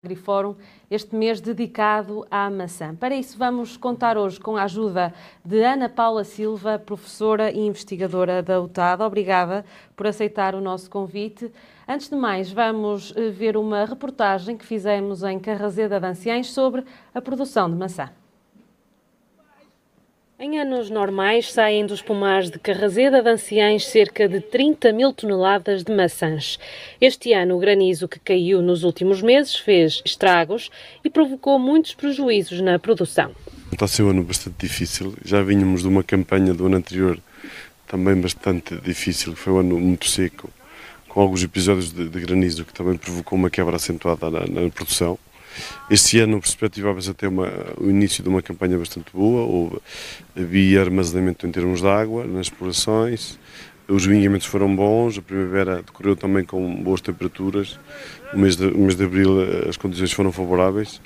Agrifórum, este mês dedicado à maçã. Para isso vamos contar hoje com a ajuda de Ana Paula Silva, professora e investigadora da UTAD. Obrigada por aceitar o nosso convite. Antes de mais, vamos ver uma reportagem que fizemos em Carrazeda de Anciães sobre a produção de maçã. Em anos normais, saem dos pomares de Carrazeda de Anciães cerca de 30 mil toneladas de maçãs. Este ano, o granizo que caiu nos últimos meses fez estragos e provocou muitos prejuízos na produção. Está a ser um ano bastante difícil. Já vínhamos de uma campanha do ano anterior também bastante difícil, que foi um ano muito seco, com alguns episódios de granizo que também provocou uma quebra acentuada na produção. Este ano perspectivava-se até o início de uma campanha bastante boa, havia armazenamento em termos de água nas explorações, os vinhamentos foram bons, a primavera decorreu também com boas temperaturas, o mês de abril as condições foram favoráveis,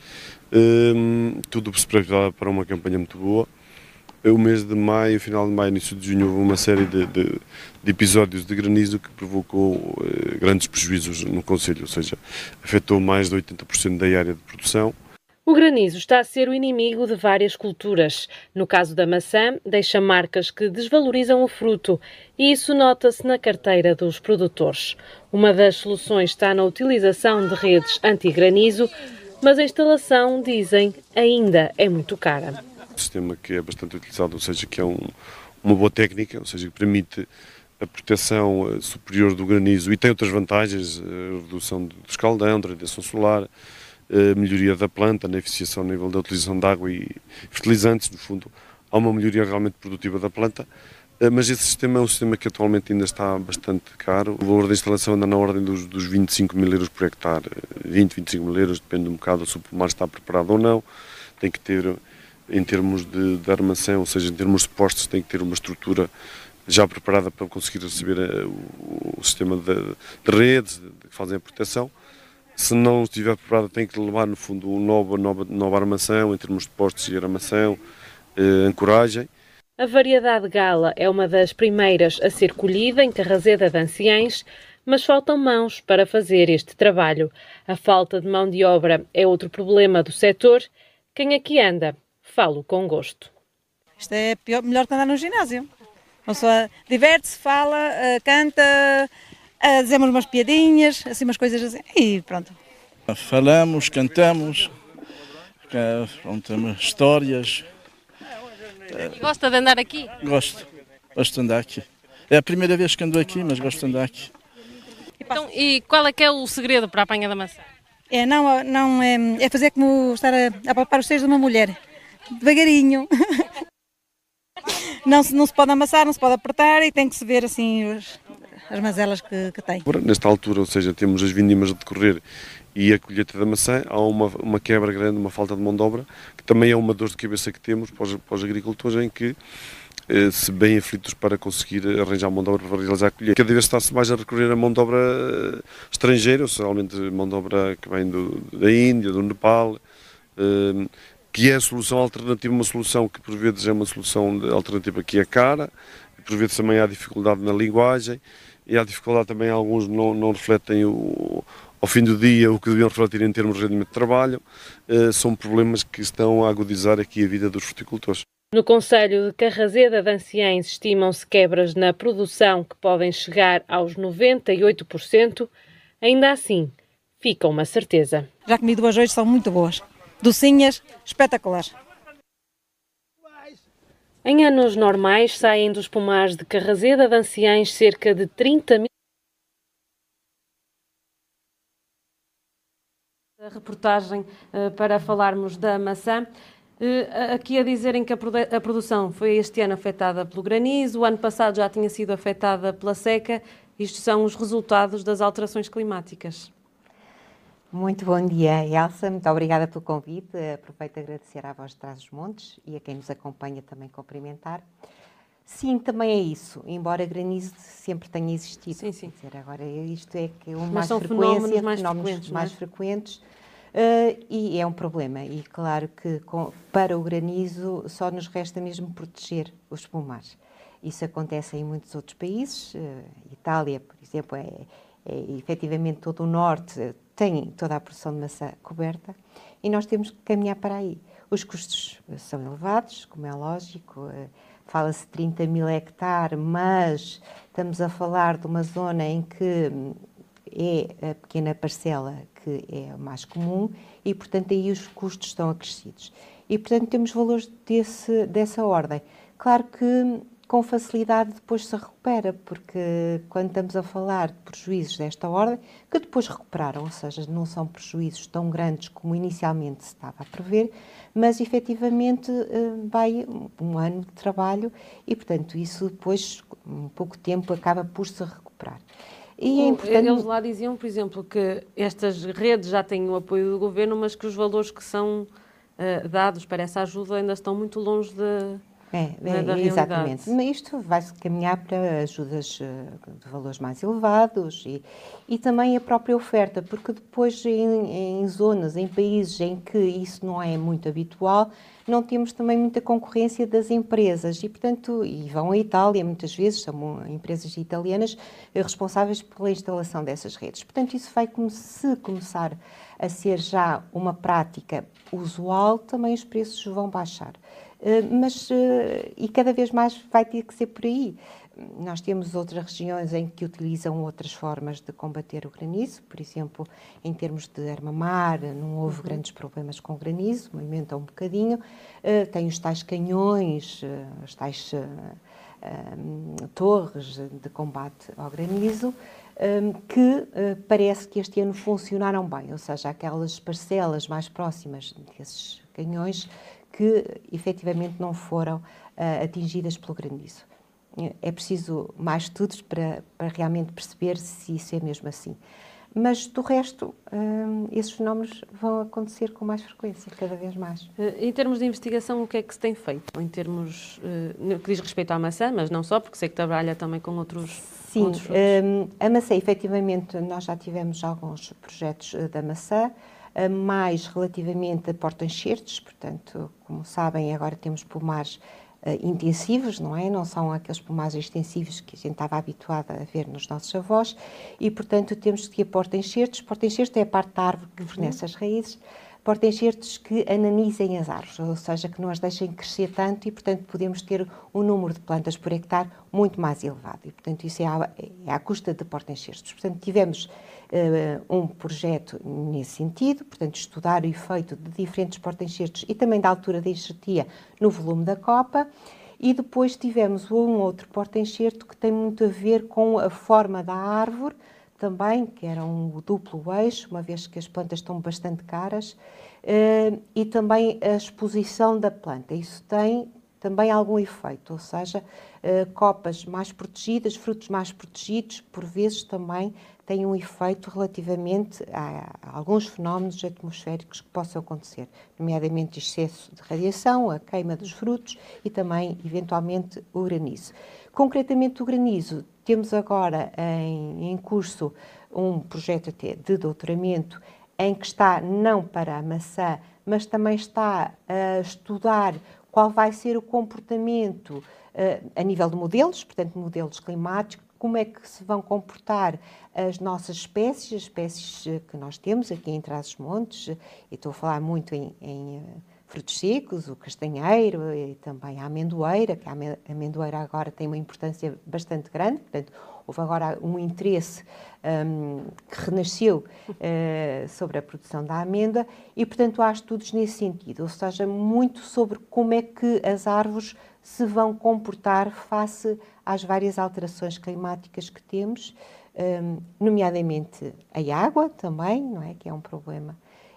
tudo se preparava para uma campanha muito boa. O mês de maio, final de maio, início de junho, houve uma série de episódios de granizo que provocou grandes prejuízos no concelho, ou seja, afetou mais de 80% da área de produção. O granizo está a ser o inimigo de várias culturas. No caso da maçã, deixa marcas que desvalorizam o fruto e isso nota-se na carteira dos produtores. Uma das soluções está na utilização de redes anti-granizo, mas a instalação, dizem, ainda é muito cara. Um sistema que é bastante utilizado, ou seja, que é uma boa técnica, ou seja, que permite a proteção superior do granizo e tem outras vantagens, a redução do escaldão, da radiação solar, a melhoria da planta, na eficiência ao nível da utilização de água e fertilizantes, no fundo, há uma melhoria realmente produtiva da planta, mas esse sistema é um sistema que atualmente ainda está bastante caro. O valor da instalação anda na ordem dos 25 mil euros por hectare, 25 mil euros, depende um bocado se o pomar está preparado ou não, tem que ter, em termos de armação, ou seja, em termos de postos, tem que ter uma estrutura já preparada para conseguir receber o sistema de redes que fazem a proteção. Se não estiver preparada, tem que levar, no fundo, uma nova armação, em termos de postos e armação, ancoragem. A variedade Gala é uma das primeiras a ser colhida em Carrazeda de Anciães, mas faltam mãos para fazer este trabalho. A falta de mão de obra é outro problema do setor. Quem aqui anda, falo com gosto. Isto é melhor que andar no ginásio. A pessoa diverte-se, fala, canta, dizemos umas piadinhas, assim umas coisas assim, e pronto. Falamos, cantamos, contamos histórias. E gosta de andar aqui? Gosto de andar aqui. É a primeira vez que ando aqui, mas gosto de andar aqui. Então, e qual é que é o segredo para a apanha da maçã? É fazer como estar a palpar os seios de uma mulher, devagarinho. Não se pode amassar, não se pode apertar e tem que se ver assim as mazelas que tem. Nesta altura, ou seja, temos as vindimas a decorrer e a colheita da maçã, há uma quebra grande, uma falta de mão de obra, que também é uma dor de cabeça que temos para os agricultores, em que se bem aflitos para conseguir arranjar mão de obra para realizar a colheita. Cada vez está-se mais a recorrer a mão de obra estrangeira, ou seja, realmente mão de obra que vem da Índia, do Nepal, que é a solução alternativa, uma solução que por vezes é uma solução alternativa que é cara, por vezes também há dificuldade na linguagem e há dificuldade também, alguns não refletem ao fim do dia o que deviam refletir em termos de rendimento de trabalho. São problemas que estão a agudizar aqui a vida dos fruticultores. No concelho de Carrazeda de Anciães estimam-se quebras na produção que podem chegar aos 98%. Ainda assim, fica uma certeza. Já comi duas hoje, são muito boas. Docinhas, espetaculares. Em anos normais, saem dos pomares de Carrazeda de Anciães cerca de 30 mil. A reportagem para falarmos da maçã. Aqui a dizerem que a produção foi este ano afetada pelo granizo, o ano passado já tinha sido afetada pela seca. Isto são os resultados das alterações climáticas. Muito bom dia, Elsa. Muito obrigada pelo convite. Aproveito a agradecer à Voz de Trás-os-Montes e a quem nos acompanha também cumprimentar. Sim, também é isso. Embora granizo sempre tenha existido. Sim, sim. Quer dizer, agora isto é que uma mais frequência, fenómenos mais frequentes. E é um problema. E claro que para o granizo só nos resta mesmo proteger os pomares. Isso acontece em muitos outros países. Itália, por exemplo, efetivamente todo o norte têm toda a produção de maçã coberta e nós temos que caminhar para aí. Os custos são elevados, como é lógico, fala-se de 30 mil hectares, mas estamos a falar de uma zona em que é a pequena parcela que é mais comum e, portanto, aí os custos estão acrescidos. E, portanto, temos valores dessa ordem. Claro que com facilidade depois se recupera, porque quando estamos a falar de prejuízos desta ordem, que depois recuperaram, ou seja, não são prejuízos tão grandes como inicialmente se estava a prever, mas efetivamente vai um ano de trabalho e, portanto, isso depois, em pouco tempo, acaba por se recuperar. E é importante... Eles lá diziam, por exemplo, que estas redes já têm o apoio do governo, mas que os valores que são dados para essa ajuda ainda estão muito longe da exatamente. realidade. Mas isto vai-se caminhar para ajudas de valores mais elevados e também a própria oferta, porque depois em zonas, em países em que isso não é muito habitual, não temos também muita concorrência das empresas e, portanto, vão à Itália muitas vezes, são empresas italianas responsáveis pela instalação dessas redes. Portanto, isso vai começar a ser já uma prática usual, também os preços vão baixar. E cada vez mais vai ter que ser por aí. Nós temos outras regiões em que utilizam outras formas de combater o granizo, por exemplo, em termos de armamar, não houve grandes problemas com o granizo, movimenta um bocadinho. Tem os tais canhões, as tais torres de combate ao granizo, que parece que este ano funcionaram bem, ou seja, aquelas parcelas mais próximas desses canhões que efetivamente não foram atingidas pelo granizo. É preciso mais estudos para realmente perceber se isso é mesmo assim. Mas, do resto, esses fenómenos vão acontecer com mais frequência, cada vez mais. Em termos de investigação, o que é que se tem feito? Em termos que diz respeito à maçã, mas não só, porque sei que trabalha também com outros frutos. A maçã, efetivamente, nós já tivemos alguns projetos da maçã, mais relativamente a porta-enxertos, portanto, como sabem, agora temos pomares intensivos, não é? Não são aqueles pomares extensivos que a gente estava habituado a ver nos nossos avós e, portanto, temos que ter porta-enxertos. Porta-enxerto é a parte da árvore que fornece as raízes, porta-enxertos que ananizem as árvores, ou seja, que não as deixem crescer tanto e, portanto, podemos ter um número de plantas por hectare muito mais elevado e, portanto, isso é à custa de porta-enxertos. Portanto, tivemos um projeto nesse sentido, portanto, estudar o efeito de diferentes porta-enxertos e também da altura da enxertia no volume da copa. E depois tivemos um outro porta-enxerto que tem muito a ver com a forma da árvore, também, que era um duplo eixo, uma vez que as plantas estão bastante caras, e também a exposição da planta. Isso tem também algum efeito, ou seja, copas mais protegidas, frutos mais protegidos, por vezes também têm um efeito relativamente a alguns fenómenos atmosféricos que possam acontecer, nomeadamente excesso de radiação, a queima dos frutos e também, eventualmente, o granizo. Concretamente, o granizo, temos agora em curso um projeto até de doutoramento em que está não para a maçã, mas também está a estudar qual vai ser o comportamento a nível de modelos, portanto, modelos climáticos, como é que se vão comportar as nossas espécies, as espécies que nós temos aqui em Trás-os-Montes, e estou a falar muito em frutos secos, o castanheiro e também a amendoeira, que a amendoeira agora tem uma importância bastante grande, portanto, houve agora um interesse que renasceu sobre a produção da amêndoa e, portanto, há estudos nesse sentido, ou seja, muito sobre como é que as árvores se vão comportar face às várias alterações climáticas que temos, nomeadamente a água também, não é? Que é um problema.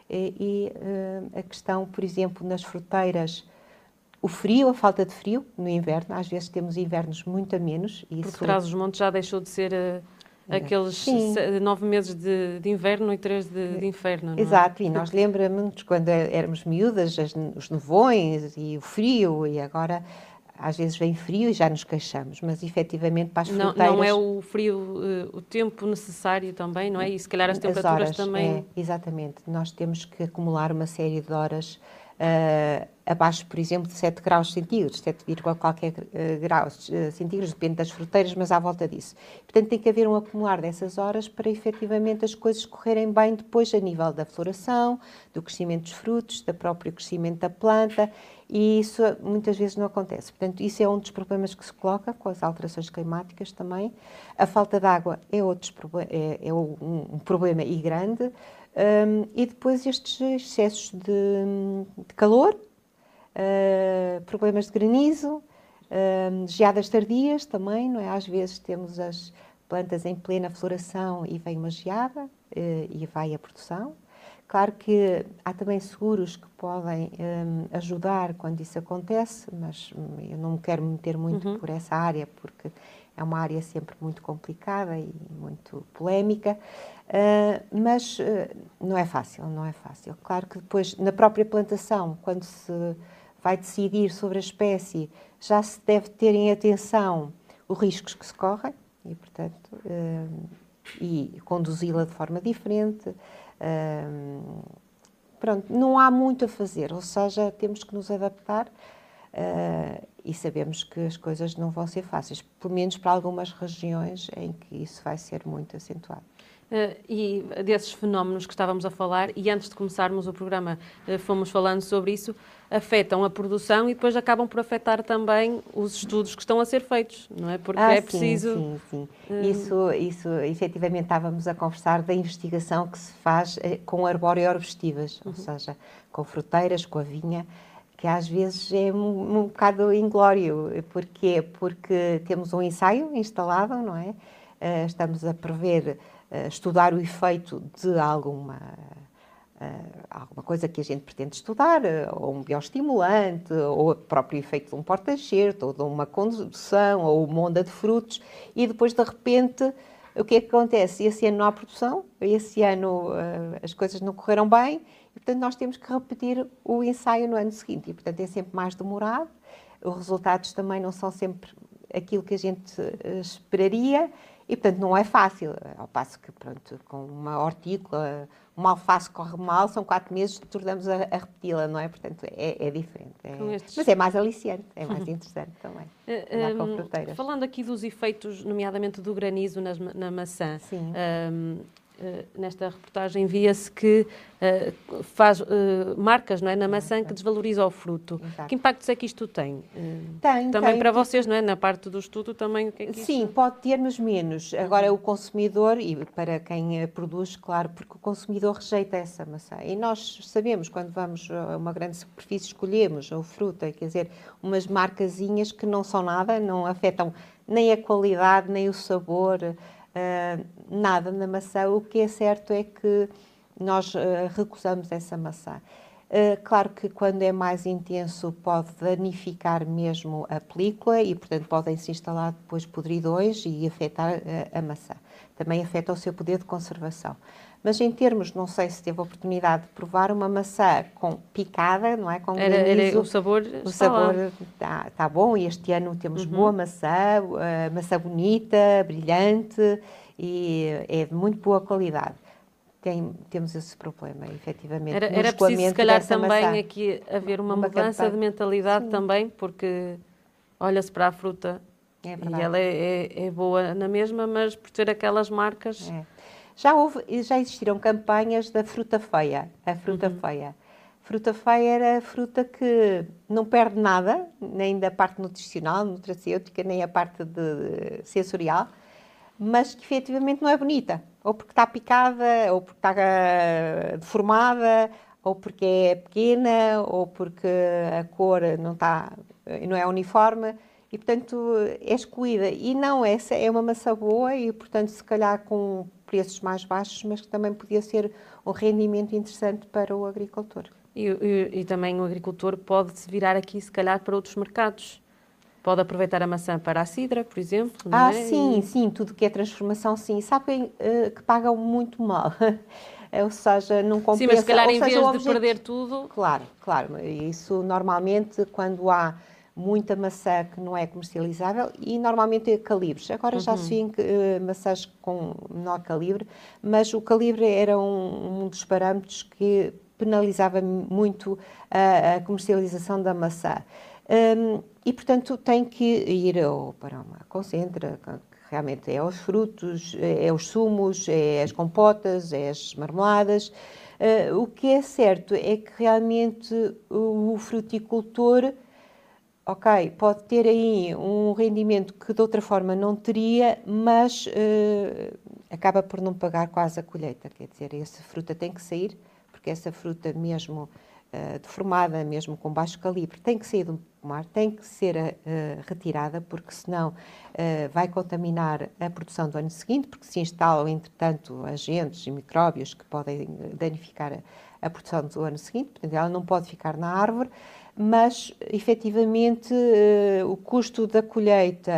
E a questão, por exemplo, nas fruteiras, o frio, a falta de frio no inverno, às vezes temos invernos muito a menos. E Porque Trás-os-Montes já deixou de ser aqueles 9 meses de inverno e 3 de inferno, não é? Exato, e nós lembramos quando éramos miúdas, os nevões e o frio, e agora às vezes vem frio e já nos queixamos, mas efetivamente para as fruteiras... Não é o frio, o tempo necessário também, não é? E se calhar as temperaturas horas, também... exatamente, nós temos que acumular uma série de horas abaixo, por exemplo, de 7 graus centígrados, 7, qualquer graus centígrados, depende das fruteiras, mas à volta disso. Portanto, tem que haver um acumular dessas horas para efetivamente as coisas correrem bem depois a nível da floração, do crescimento dos frutos, do próprio crescimento da planta, e isso muitas vezes não acontece. Portanto, isso é um dos problemas que se coloca com as alterações climáticas também. A falta de água é um problema e grande. E depois estes excessos de calor, problemas de granizo, geadas tardias também, não é? Às vezes temos as plantas em plena floração e vem uma geada e vai a produção. Claro que há também seguros que podem ajudar quando isso acontece, mas eu não me quero meter muito por essa área, porque é uma área sempre muito complicada e muito polémica, mas não é fácil, não é fácil. Claro que depois, na própria plantação, quando se vai decidir sobre a espécie, já se deve ter em atenção os riscos que se correm e, portanto, e conduzi-la de forma diferente. Pronto, não há muito a fazer, ou seja, temos que nos adaptar e sabemos que as coisas não vão ser fáceis, pelo menos para algumas regiões em que isso vai ser muito acentuado. E desses fenómenos que estávamos a falar, e antes de começarmos o programa fomos falando sobre isso, afetam a produção e depois acabam por afetar também os estudos que estão a ser feitos, não é? Porque é preciso... Sim. Isso, efetivamente, estávamos a conversar da investigação que se faz com arbóreo-arbustivas, ou seja, com fruteiras, com a vinha, que às vezes é um bocado inglório. Porquê? Porque temos um ensaio instalado, não é? Estamos a prever estudar o efeito de alguma coisa que a gente pretende estudar, ou um bioestimulante, ou o próprio efeito de um porta-enxerto, ou de uma condução, ou uma onda de frutos, e depois, de repente, o que é que acontece? Esse ano não há produção, esse ano as coisas não correram bem, e, portanto, nós temos que repetir o ensaio no ano seguinte, e, portanto, é sempre mais demorado, os resultados também não são sempre aquilo que a gente esperaria, e, portanto, não é fácil. Ao passo que, pronto, com uma hortícola, uma alface corre mal, são 4 meses, tornamos a repeti-la, não é? Portanto, é diferente. Mas é mais aliciante, é mais interessante também. Com fruteiras. Falando aqui dos efeitos, nomeadamente do granizo na maçã, sim. Nesta reportagem via-se que faz marcas, não é, na maçã que desvaloriza o fruto. Exato. Que impactos é que isto tem? Tem também para vocês, não é? Na parte do estudo também o que é que Sim, pode ter, mas menos. Agora o consumidor, e para quem produz, claro, porque o consumidor rejeita essa maçã. E nós sabemos, quando vamos a uma grande superfície, escolhemos a fruta, quer dizer, umas marcazinhas que não são nada, não afetam nem a qualidade, nem o sabor, nada na maçã. O que é certo é que nós recusamos essa maçã. Claro que quando é mais intenso pode danificar mesmo a película e, portanto, podem-se instalar depois podridões e afetar a maçã. Também afeta o seu poder de conservação. Mas em termos, não sei se teve a oportunidade de provar uma maçã com picada, não é? Com granizo. O sabor está bom. E este ano temos boa maçã, maçã bonita, brilhante e é de muito boa qualidade. Temos esse problema, efetivamente. Era preciso, se calhar, também maçã. Aqui haver uma mudança de mentalidade. Sim. Também, porque olha-se para a fruta e ela é boa na mesma, mas por ter aquelas marcas... Já existiram campanhas da fruta feia, a fruta feia. Fruta feia era a fruta que não perde nada, nem da parte nutricional, nutracêutica, nem a parte sensorial, mas que efetivamente não é bonita. Ou porque está picada, ou porque está deformada, ou porque é pequena, ou porque a cor não é uniforme. E, portanto, é excluída. E não, essa é uma maçã boa e, portanto, se calhar com preços mais baixos, mas que também podia ser um rendimento interessante para o agricultor. E também o agricultor pode-se virar aqui, se calhar, para outros mercados. Pode aproveitar a maçã para a cidra, por exemplo, não é? Sim, tudo que é transformação, sim. Sabem que pagam muito mal. Ou seja, não compensa. Sim, mas se calhar em vez de perder tudo... Claro. Isso normalmente quando há muita maçã que não é comercializável e normalmente é calibres. Agora já se vê maçãs com menor calibre, mas o calibre era um dos parâmetros que penalizava muito a comercialização da maçã. E, portanto, tem que ir para uma concentra, que realmente é os frutos, é os sumos, é as compotas, é as marmeladas. O que é certo é que realmente o fruticultor, ok, pode ter aí um rendimento que de outra forma não teria, mas acaba por não pagar quase a colheita. Quer dizer, essa fruta tem que sair, porque essa fruta mesmo deformada, mesmo com baixo calibre, tem que sair do pomar, tem que ser retirada, porque senão vai contaminar a produção do ano seguinte, porque se instalam, entretanto, agentes e micróbios que podem danificar a produção do ano seguinte, portanto, ela não pode ficar na árvore, mas, efetivamente, o custo da colheita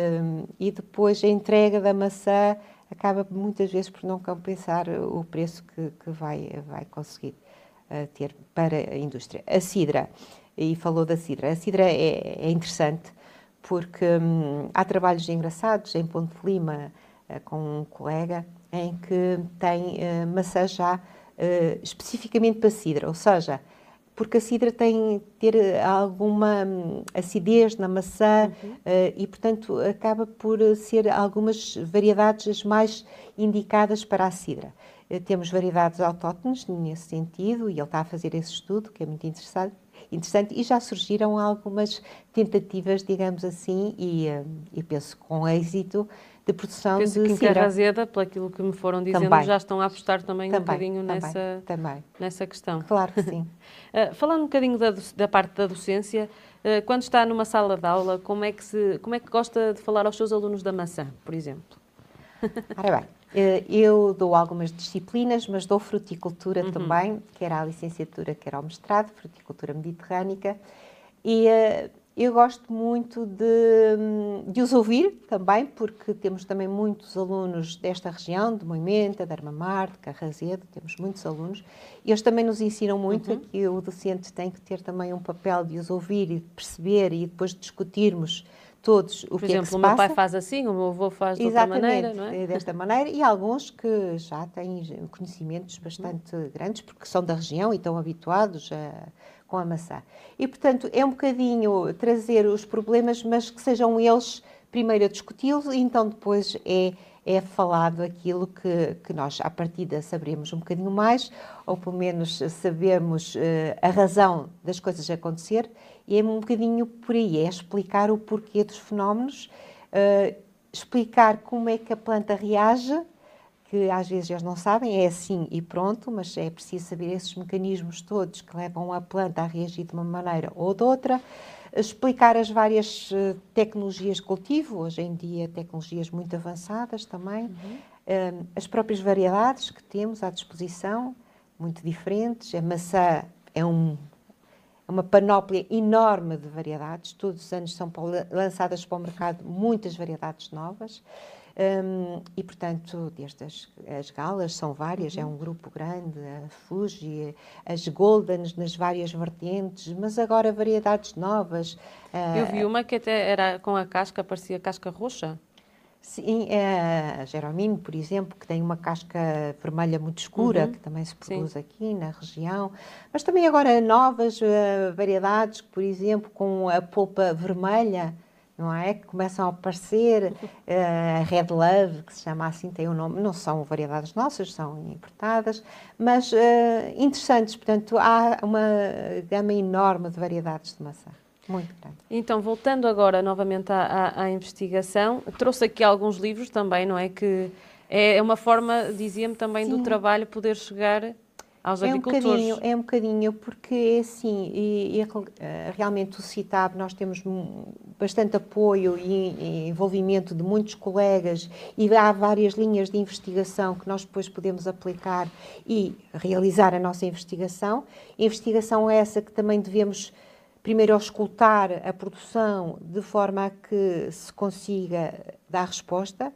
e depois a entrega da maçã acaba muitas vezes por não compensar o preço que vai conseguir ter para a indústria. A cidra, e falou da cidra, a cidra é interessante porque há trabalhos engraçados em Ponte de Lima com um colega em que tem maçã já especificamente para cidra, ou seja, porque a cidra tem ter alguma acidez na maçã e, portanto, acaba por ser algumas variedades as mais indicadas para a cidra. Temos variedades autóctones nesse sentido e ele está a fazer esse estudo, que é muito interessante e já surgiram algumas tentativas, digamos assim, e penso com êxito, de produção penso de que em cidra. Carrazeda, pelo aquilo que me foram dizendo, Também. já estão a apostar também um bocadinho nessa questão. Claro que sim. Falando um bocadinho da parte da docência, quando está numa sala de aula, como é que gosta de falar aos seus alunos da maçã, por exemplo? Ora bem, eu dou algumas disciplinas, mas dou fruticultura também, quer à licenciatura, quer ao mestrado, fruticultura mediterrânica, e eu gosto muito de os ouvir também, porque temos também muitos alunos desta região, de Moimenta, de Armamar, de Carrazedo, temos muitos alunos, e eles também nos ensinam muito, que o docente tem que ter também um papel de os ouvir e de perceber e depois discutirmos todos o que é que se passa. Por exemplo, o meu pai faz assim, o meu avô faz de outra maneira, não é? Desta maneira, e alguns que já têm conhecimentos bastante grandes, porque são da região e estão habituados com a maçã. E, portanto, é um bocadinho trazer os problemas, mas que sejam eles primeiro a discuti-los e então depois é falado aquilo que nós, à partida, saberemos um bocadinho mais, ou pelo menos sabemos a razão das coisas acontecer, e é um bocadinho por aí, é explicar o porquê dos fenómenos, explicar como é que a planta reage, que às vezes eles não sabem, é assim e pronto, mas é preciso saber esses mecanismos todos que levam a planta a reagir de uma maneira ou de outra, explicar as várias tecnologias de cultivo, hoje em dia tecnologias muito avançadas também, as próprias variedades que temos à disposição, muito diferentes. A maçã é uma panóplia enorme de variedades, todos os anos são lançadas para o mercado muitas variedades novas. E, portanto, desde as galas são várias, é um grupo grande, a Fuji, as Goldens nas várias vertentes, mas agora variedades novas. Eu vi uma que até era com a casca, parecia casca roxa. Sim, a Geromine, por exemplo, que tem uma casca vermelha muito escura, que também se produz aqui na região, mas também agora novas variedades, por exemplo, com a polpa vermelha, não é? Que começam a aparecer, a Red Love, que se chama assim, tem um nome, não são variedades nossas, são importadas, mas interessantes, portanto, há uma gama enorme de variedades de maçã, muito grande. Então, voltando agora novamente à investigação, trouxe aqui alguns livros também, não é? Que é uma forma, dizia-me também, do trabalho poder chegar aos agricultores. É um bocadinho, porque é assim, realmente o CITAB, nós temos bastante apoio e envolvimento de muitos colegas e há várias linhas de investigação que nós depois podemos aplicar e realizar a nossa investigação. Investigação essa que também devemos primeiro auscultar a produção de forma a que se consiga dar resposta.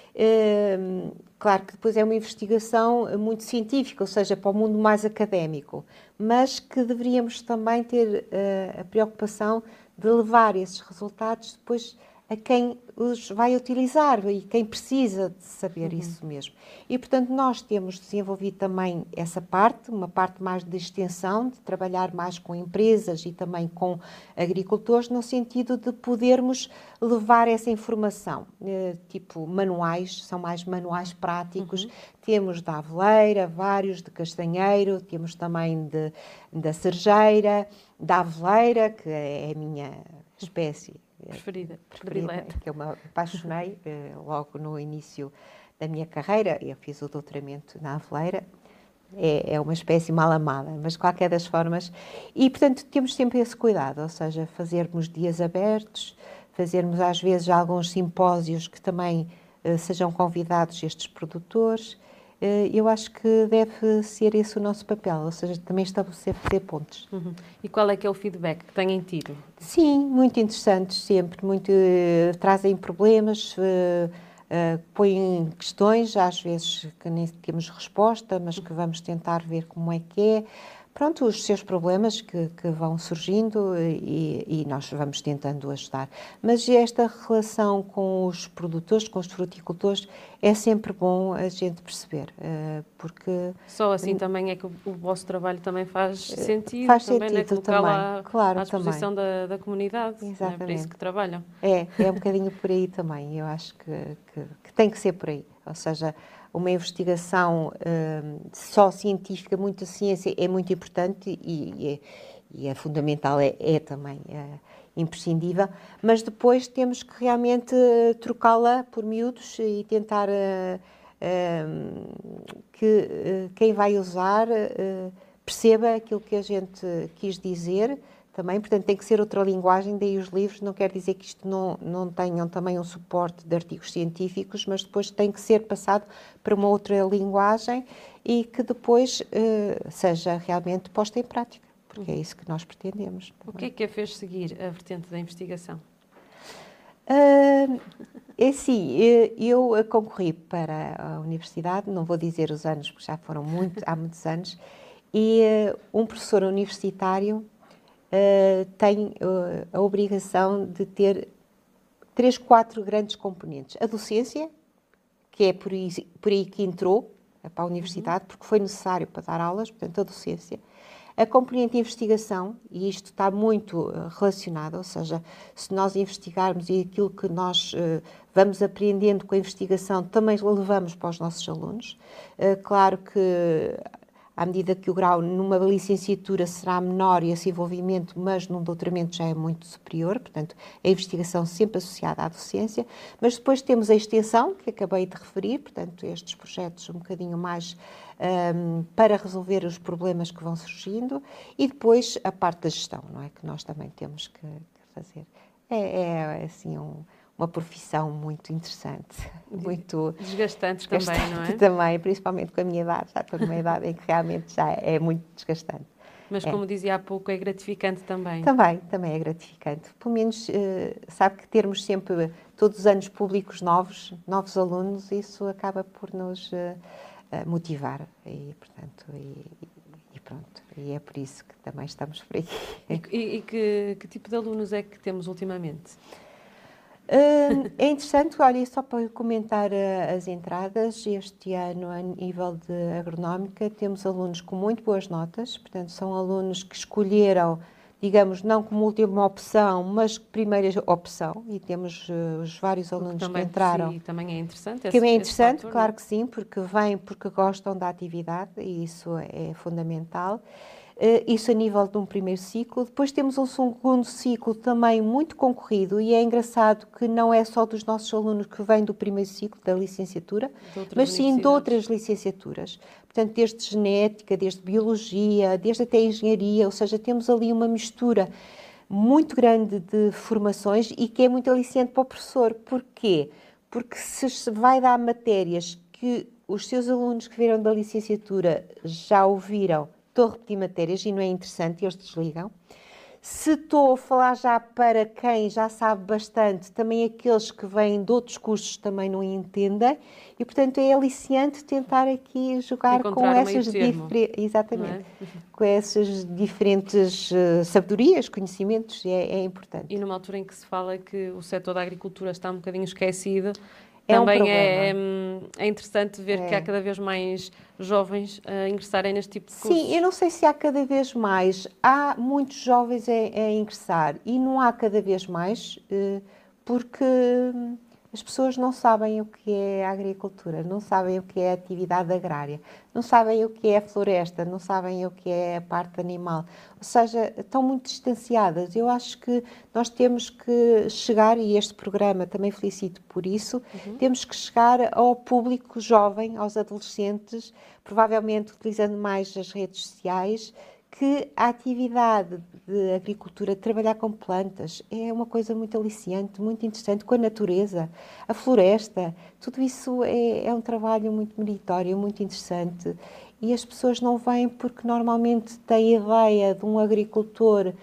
Claro que depois é uma investigação muito científica, ou seja, para o mundo mais académico, mas que deveríamos também ter a preocupação de levar esses resultados depois a quem os vai utilizar e quem precisa de saber isso mesmo. E, portanto, nós temos desenvolvido também essa parte, uma parte mais de extensão, de trabalhar mais com empresas e também com agricultores, no sentido de podermos levar essa informação, tipo manuais, são mais manuais práticos. Temos da aveleira, vários de castanheiro, temos também da cerejeira, da aveleira, que é a minha espécie preferida, que eu me apaixonei logo no início da minha carreira. Eu fiz o doutoramento na aveleira, é uma espécie mal amada, mas de qualquer das formas. E, portanto, temos sempre esse cuidado, ou seja, fazermos dias abertos, fazermos às vezes alguns simpósios que também sejam convidados estes produtores. Eu acho que deve ser esse o nosso papel, ou seja, também estabelecer pontos. E qual é que é o feedback que têm tido? Sim, muito interessantes sempre, muito, trazem problemas, põem questões, às vezes que nem temos resposta, mas que vamos tentar ver como é que é. Pronto, os seus problemas que vão surgindo e nós vamos tentando ajudar. Mas esta relação com os produtores, com os fruticultores, é sempre bom a gente perceber, porque... Só assim também é que o vosso trabalho também faz sentido. Faz também, sentido, né? Colocá-la claro, à disposição da comunidade. Exatamente. É para isso que trabalham. É um bocadinho por aí também. Eu acho que tem que ser por aí. Ou seja, uma investigação só científica, muita ciência, é muito importante e é fundamental, é também imprescindível, mas depois temos que realmente trocá-la por miúdos e tentar que quem vai usar perceba aquilo que a gente quis dizer também, portanto tem que ser outra linguagem, daí os livros, não quer dizer que isto não tenham também um suporte de artigos científicos, mas depois tem que ser passado para uma outra linguagem e que depois seja realmente posta em prática, porque é isso que nós pretendemos. O que é que a fez seguir a vertente da investigação? É assim, eu concorri para a universidade, não vou dizer os anos, porque já foram há muitos anos, e um professor universitário tem a obrigação de ter 3, 4 grandes componentes. A docência, que é por aí que entrou para a universidade, porque foi necessário para dar aulas, portanto, a docência. A componente de investigação, e isto está muito relacionado, ou seja, se nós investigarmos e aquilo que nós vamos aprendendo com a investigação, também levamos para os nossos alunos. Claro que à medida que o grau numa licenciatura será menor e esse envolvimento, mas num doutoramento já é muito superior, portanto, a investigação sempre associada à docência, mas depois temos a extensão, que acabei de referir, portanto, estes projetos um bocadinho mais para resolver os problemas que vão surgindo, e depois a parte da gestão, não é? Que nós também temos que fazer. É assim, uma profissão muito interessante, muito desgastante também, não é? Também, principalmente com a minha idade, já estou numa idade em que realmente já é muito desgastante. Mas como dizia há pouco, é gratificante também. Também é gratificante. Pelo menos, sabe que termos sempre, todos os anos, públicos novos alunos, isso acaba por nos motivar e, portanto, e pronto. E é por isso que também estamos por aqui. E que tipo de alunos é que temos ultimamente? É interessante, olha, só para comentar as entradas, este ano, a nível de agronómica, temos alunos com muito boas notas, portanto, são alunos que escolheram, digamos, não como última opção, mas primeira opção, e temos os vários alunos que entraram. Sim, também é interessante. Também é interessante, fator, claro que sim, porque vêm porque gostam da atividade, e isso é fundamental. Isso a nível de um primeiro ciclo. Depois temos um segundo ciclo também muito concorrido e é engraçado que não é só dos nossos alunos que vêm do primeiro ciclo da licenciatura, mas sim de outras licenciaturas. Portanto, desde genética, desde biologia, desde até engenharia, ou seja, temos ali uma mistura muito grande de formações e que é muito aliciante para o professor. Porquê? Porque se vai dar matérias que os seus alunos que vieram da licenciatura já ouviram, estou a repetir matérias e não é interessante, eles desligam. Se estou a falar já para quem já sabe bastante, também aqueles que vêm de outros cursos também não entendem, e portanto é aliciante tentar aqui jogar Encontrar com um essas meio termo. exatamente, Não é? com essas diferentes sabedorias, conhecimentos, é importante. E numa altura em que se fala que o setor da agricultura está um bocadinho esquecido, É um também problema. é interessante ver que há cada vez mais jovens a ingressarem neste tipo de cursos. Sim, eu não sei se há cada vez mais. Há muitos jovens a ingressar e não há cada vez mais porque as pessoas não sabem o que é a agricultura, não sabem o que é a atividade agrária, não sabem o que é a floresta, não sabem o que é a parte animal. Ou seja, estão muito distanciadas. Eu acho que nós temos que chegar, e este programa também felicito por isso, temos que chegar ao público jovem, aos adolescentes, provavelmente utilizando mais as redes sociais, que a atividade de agricultura, de trabalhar com plantas, é uma coisa muito aliciante, muito interessante, com a natureza, a floresta, tudo isso é um trabalho muito meritório, muito interessante. E as pessoas não vêm porque normalmente têm a ideia de um agricultor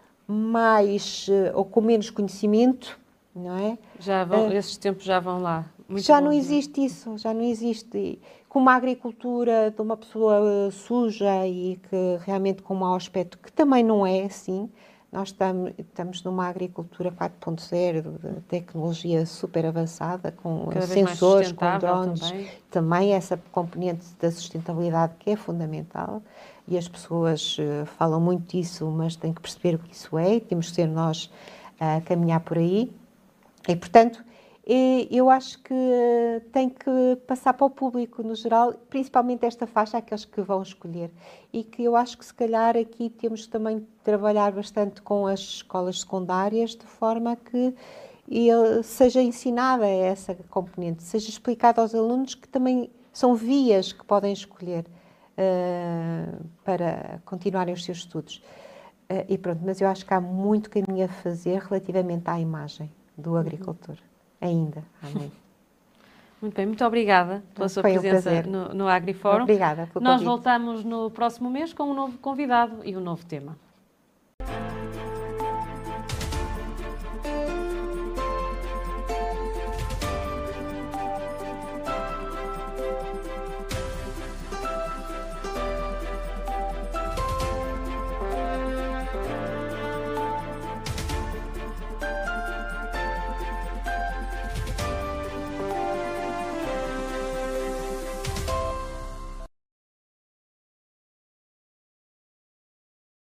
mais ou com menos conhecimento, não é? Esses tempos já vão lá. Muito Já bom, não existe isso, já não existe. Com uma agricultura de uma pessoa suja e que realmente com um mau aspecto, que também não é assim. Nós estamos numa agricultura 4.0, de tecnologia super avançada, com cada vez mais sensores, com sustentável drones. também. Essa componente da sustentabilidade que é fundamental. E as pessoas falam muito disso, mas têm que perceber o que isso é e temos que ser nós a caminhar por aí. E, portanto, eu acho que tem que passar para o público no geral, principalmente esta faixa, aqueles que vão escolher. E que eu acho que se calhar aqui temos que também trabalhar bastante com as escolas secundárias, de forma a que seja ensinada essa componente, seja explicado aos alunos que também são vias que podem escolher para continuarem os seus estudos. E pronto, mas eu acho que há muito caminho a fazer relativamente à imagem do agricultor. Ainda, amém. Muito bem, muito obrigada pela sua presença no AgriFórum. Obrigada pelo Nós convite. voltamos no próximo mês com um novo convidado e um novo tema.